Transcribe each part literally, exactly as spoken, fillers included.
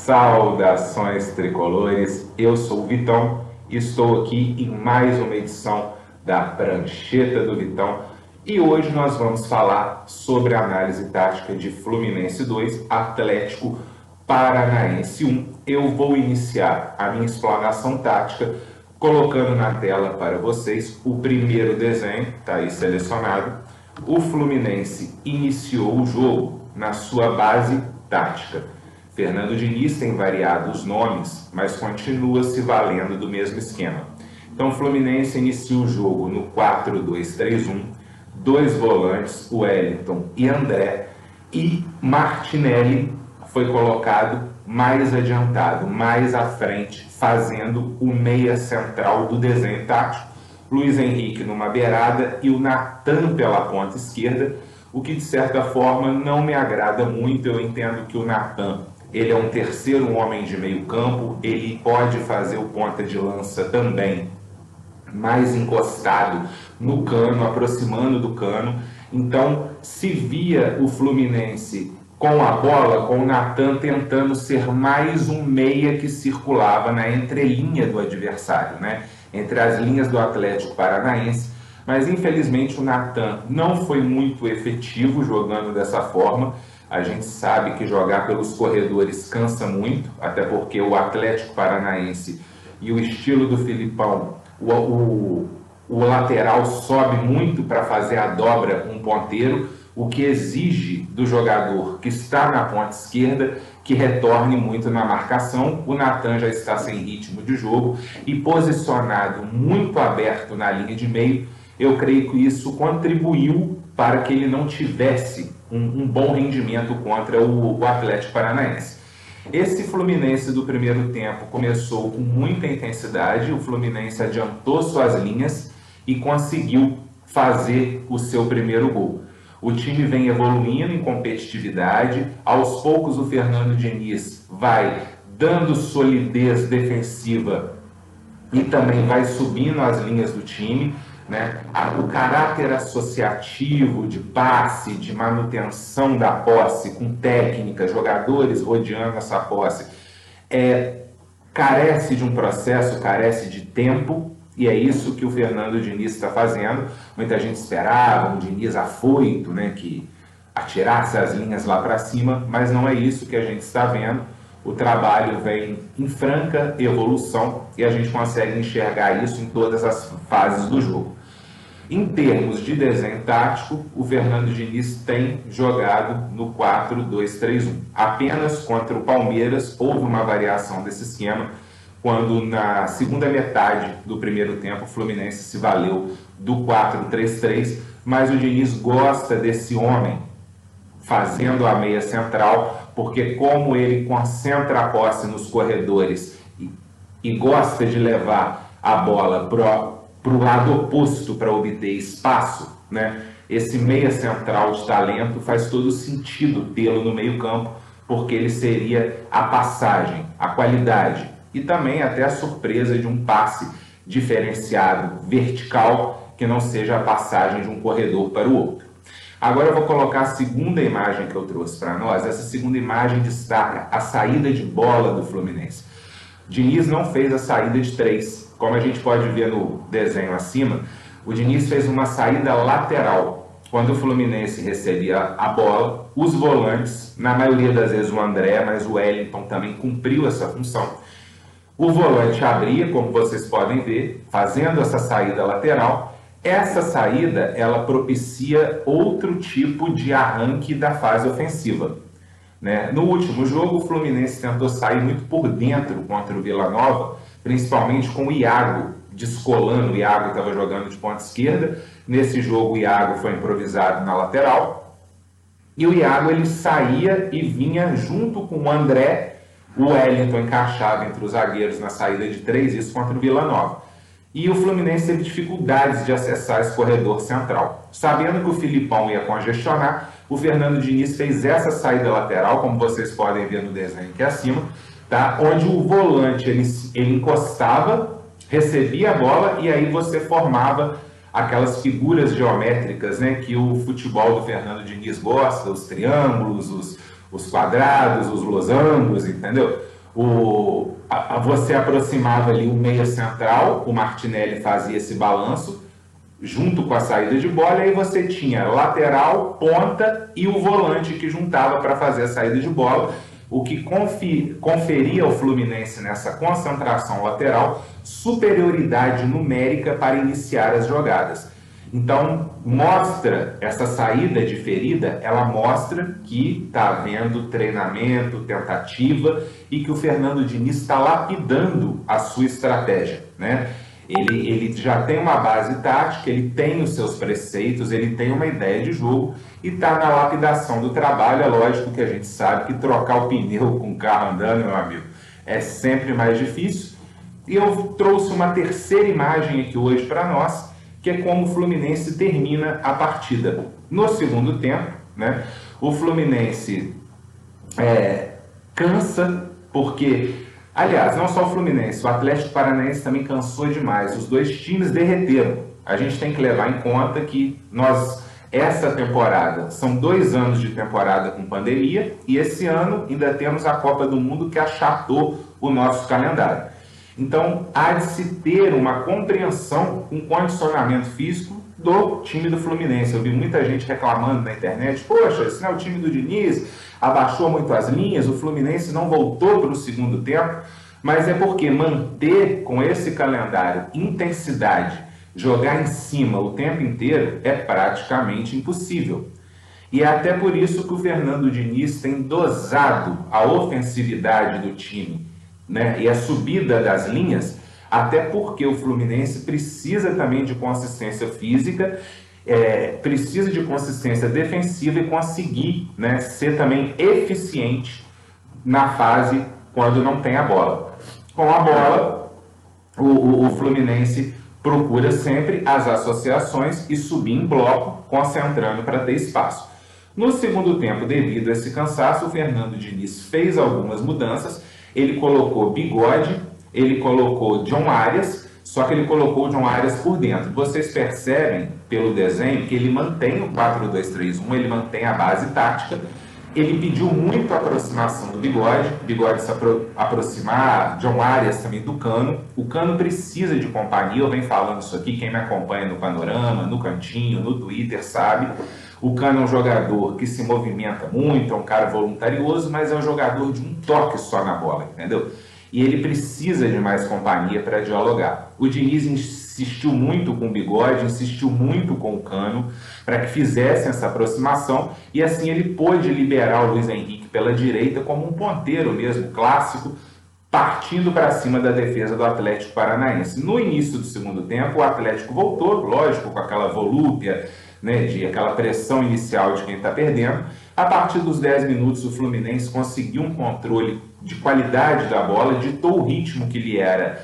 Saudações tricolores, eu sou o Vitão e estou aqui em mais uma edição da Prancheta do Vitão e hoje nós vamos falar sobre a análise tática de Fluminense dois, Atlético Paranaense um. Eu vou iniciar a minha explanação tática colocando na tela para vocês o primeiro desenho, está aí selecionado. O Fluminense iniciou o jogo na sua base tática. Fernando Diniz tem variado os nomes, mas continua se valendo do mesmo esquema. Então o Fluminense inicia o jogo no quatro dois três um, dois volantes, Wellington e André, e Martinelli foi colocado mais adiantado, mais à frente, fazendo o meia central do desenho tático. Luiz Henrique numa beirada e o Natan pela ponta esquerda, o que de certa forma não me agrada muito. Eu entendo que o Natan, ele é um terceiro homem de meio campo, ele pode fazer o ponta de lança também mais encostado no cano, aproximando do cano. Então se via o Fluminense com a bola, com o Natan tentando ser mais um meia que circulava na entrelinha do adversário, né? Entre as linhas do Atlético Paranaense, mas infelizmente o Natan não foi muito efetivo jogando dessa forma. A gente sabe que jogar pelos corredores cansa muito, até porque o Atlético Paranaense e o estilo do Filipão, o, o, o lateral sobe muito para fazer a dobra um ponteiro, o que exige do jogador que está na ponta esquerda que retorne muito na marcação. O Natan já está sem ritmo de jogo e posicionado muito aberto na linha de meio. Eu creio que isso contribuiu para que ele não tivesse um, um bom rendimento contra o, o Atlético Paranaense. Esse Fluminense do primeiro tempo começou com muita intensidade, o Fluminense adiantou suas linhas e conseguiu fazer o seu primeiro gol. O time vem evoluindo em competitividade, aos poucos o Fernando Diniz vai dando solidez defensiva e também vai subindo as linhas do time, né? O caráter associativo de passe, de manutenção da posse com técnica, jogadores rodeando essa posse, é, carece de um processo, carece de tempo, e é isso que o Fernando Diniz está fazendo. Muita gente esperava um Diniz afoito, né, que atirasse as linhas lá para cima, mas não é isso que a gente está vendo. O trabalho vem em franca evolução e a gente consegue enxergar isso em todas as fases do jogo. Em termos de desenho tático, o Fernando Diniz tem jogado no quatro dois três um. Apenas contra o Palmeiras houve uma variação desse esquema, quando na segunda metade do primeiro tempo o Fluminense se valeu do quatro três três, mas o Diniz gosta desse homem fazendo a meia central, porque como ele concentra a posse nos corredores e, e gosta de levar a bola para o lado oposto para obter espaço, né? Esse meia central de talento faz todo sentido tê-lo no meio campo, porque ele seria a passagem, a qualidade e também até a surpresa de um passe diferenciado vertical, que não seja a passagem de um corredor para o outro. Agora eu vou colocar a segunda imagem que eu trouxe para nós. Essa segunda imagem destaca a saída de bola do Fluminense. Diniz não fez a saída de três. Como a gente pode ver no desenho acima, o Diniz fez uma saída lateral. Quando o Fluminense recebia a bola, os volantes, na maioria das vezes o André, mas o Wellington também cumpriu essa função. O volante abria, como vocês podem ver, fazendo essa saída lateral. Essa saída, ela propicia outro tipo de arranque da fase ofensiva, né? No último jogo, o Fluminense tentou sair muito por dentro contra o Vila Nova, principalmente com o Iago descolando. O Iago estava jogando de ponta esquerda. Nesse jogo, o Iago foi improvisado na lateral. E o Iago, ele saía e vinha junto com o André. O Wellington encaixava entre os zagueiros na saída de três, isso contra o Vila Nova. E o Fluminense teve dificuldades de acessar esse corredor central. Sabendo que o Filipão ia congestionar, o Fernando Diniz fez essa saída lateral, como vocês podem ver no desenho aqui acima, tá? Onde o volante ele, ele encostava, recebia a bola e aí você formava aquelas figuras geométricas, né, que o futebol do Fernando Diniz gosta, os triângulos, os, os quadrados, os losangos, entendeu? o, a, a, você aproximava ali o meia central, o Martinelli fazia esse balanço, junto com a saída de bola, e aí você tinha lateral, ponta e o volante que juntava para fazer a saída de bola, o que conferia ao Fluminense nessa concentração lateral superioridade numérica para iniciar as jogadas. Então, mostra essa saída diferida, ela mostra que está havendo treinamento, tentativa e que o Fernando Diniz está lapidando a sua estratégia, né? Ele, ele já tem uma base tática, ele tem os seus preceitos, ele tem uma ideia de jogo e está na lapidação do trabalho. É lógico que a gente sabe que trocar o pneu com o carro andando, meu amigo, é sempre mais difícil. E eu trouxe uma terceira imagem aqui hoje para nós, que é como o Fluminense termina a partida. No segundo tempo, né, o Fluminense é, cansa, porque... Aliás, não só o Fluminense, o Atlético Paranaense também cansou demais. Os dois times derreteram. A gente tem que levar em conta que nós, essa temporada, são dois anos de temporada com pandemia, e esse ano ainda temos a Copa do Mundo que achatou o nosso calendário. Então, há de se ter uma compreensão com o condicionamento físico do time do Fluminense. Eu vi muita gente reclamando na internet, poxa, esse não é o time do Diniz, abaixou muito as linhas, o Fluminense não voltou para o segundo tempo, mas é porque manter com esse calendário intensidade, jogar em cima o tempo inteiro é praticamente impossível. E é até por isso que o Fernando Diniz tem dosado a ofensividade do time, né, e a subida das linhas, até porque o Fluminense precisa também de consistência física, é, precisa de consistência defensiva e conseguir, né, ser também eficiente na fase quando não tem a bola. Com a bola, o, o, o Fluminense procura sempre as associações e subir em bloco, concentrando para ter espaço. No segundo tempo, devido a esse cansaço, o Fernando Diniz fez algumas mudanças. Ele colocou Bigode, ele colocou John Arias, só que ele colocou o John Arias por dentro. Vocês percebem pelo desenho que ele mantém o quatro dois três um, ele mantém a base tática. Ele pediu muito a aproximação do Bigode, Bigode se apro aproximar, John Arias também do Cano. O Cano precisa de companhia, eu venho falando isso aqui, quem me acompanha no Panorama, no Cantinho, no Twitter sabe. O Cano é um jogador que se movimenta muito, é um cara voluntarioso, mas é um jogador de um toque só na bola, entendeu? E ele precisa de mais companhia para dialogar. O Diniz insistiu muito com o Bigode, insistiu muito com o Cano para que fizessem essa aproximação, e assim ele pôde liberar o Luiz Henrique pela direita como um ponteiro mesmo, clássico, partindo para cima da defesa do Atlético Paranaense. No início do segundo tempo, o Atlético voltou, lógico, com aquela volúpia, né, de aquela pressão inicial de quem está perdendo. A partir dos dez minutos, o Fluminense conseguiu um controle de qualidade da bola, ditou o ritmo que lhe era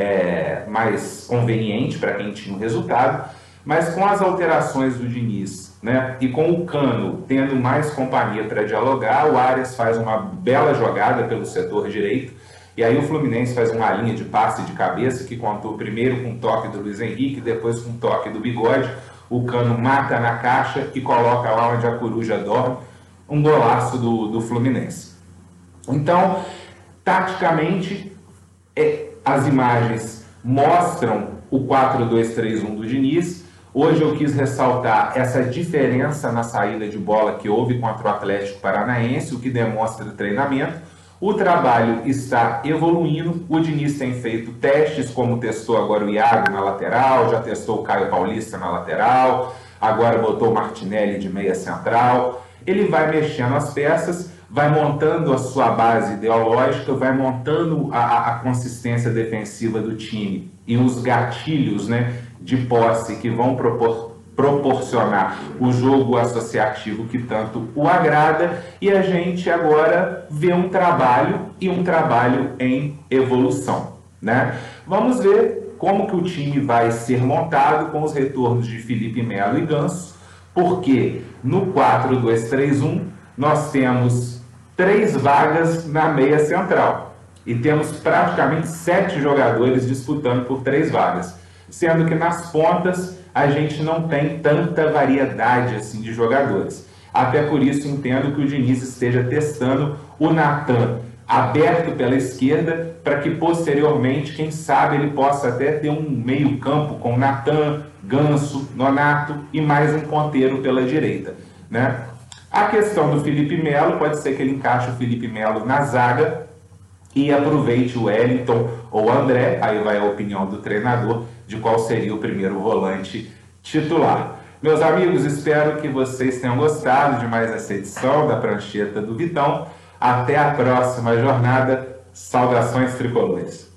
é, mais conveniente para quem tinha o resultado, mas com as alterações do Diniz, né, e com o Cano tendo mais companhia para dialogar, o Arias faz uma bela jogada pelo setor direito, e aí o Fluminense faz uma linha de passe de cabeça que contou primeiro com o toque do Luiz Henrique, depois com o toque do Bigode. O Cano mata na caixa e coloca lá onde a coruja dorme, um golaço do, do Fluminense. Então, taticamente, é, as imagens mostram o quatro dois três um do Diniz. Hoje eu quis ressaltar essa diferença na saída de bola que houve contra o Atlético Paranaense, o que demonstra o treinamento. O trabalho está evoluindo, o Diniz tem feito testes, como testou agora o Iago na lateral, já testou o Caio Paulista na lateral, agora botou o Martinelli de meia central. Ele vai mexendo as peças, vai montando a sua base ideológica, vai montando a, a consistência defensiva do time e os gatilhos, né, de posse que vão propor proporcionar o jogo associativo que tanto o agrada, e a gente agora vê um trabalho e um trabalho em evolução, né? Vamos ver como que o time vai ser montado com os retornos de Felipe Melo e Ganso, porque no quatro dois três um nós temos três vagas na meia central e temos praticamente sete jogadores disputando por três vagas, sendo que nas pontas a gente não tem tanta variedade assim de jogadores. Até por isso entendo que o Diniz esteja testando o Natan aberto pela esquerda, para que posteriormente, quem sabe, ele possa até ter um meio campo com Natan, Ganso, Nonato e mais um ponteiro pela direita, né? A questão do Felipe Melo, pode ser que ele encaixe o Felipe Melo na zaga e aproveite o Wellington ou André, aí vai a opinião do treinador, de qual seria o primeiro volante titular. Meus amigos, espero que vocês tenham gostado de mais essa edição da Prancheta do Vitão. Até a próxima jornada. Saudações tricolores.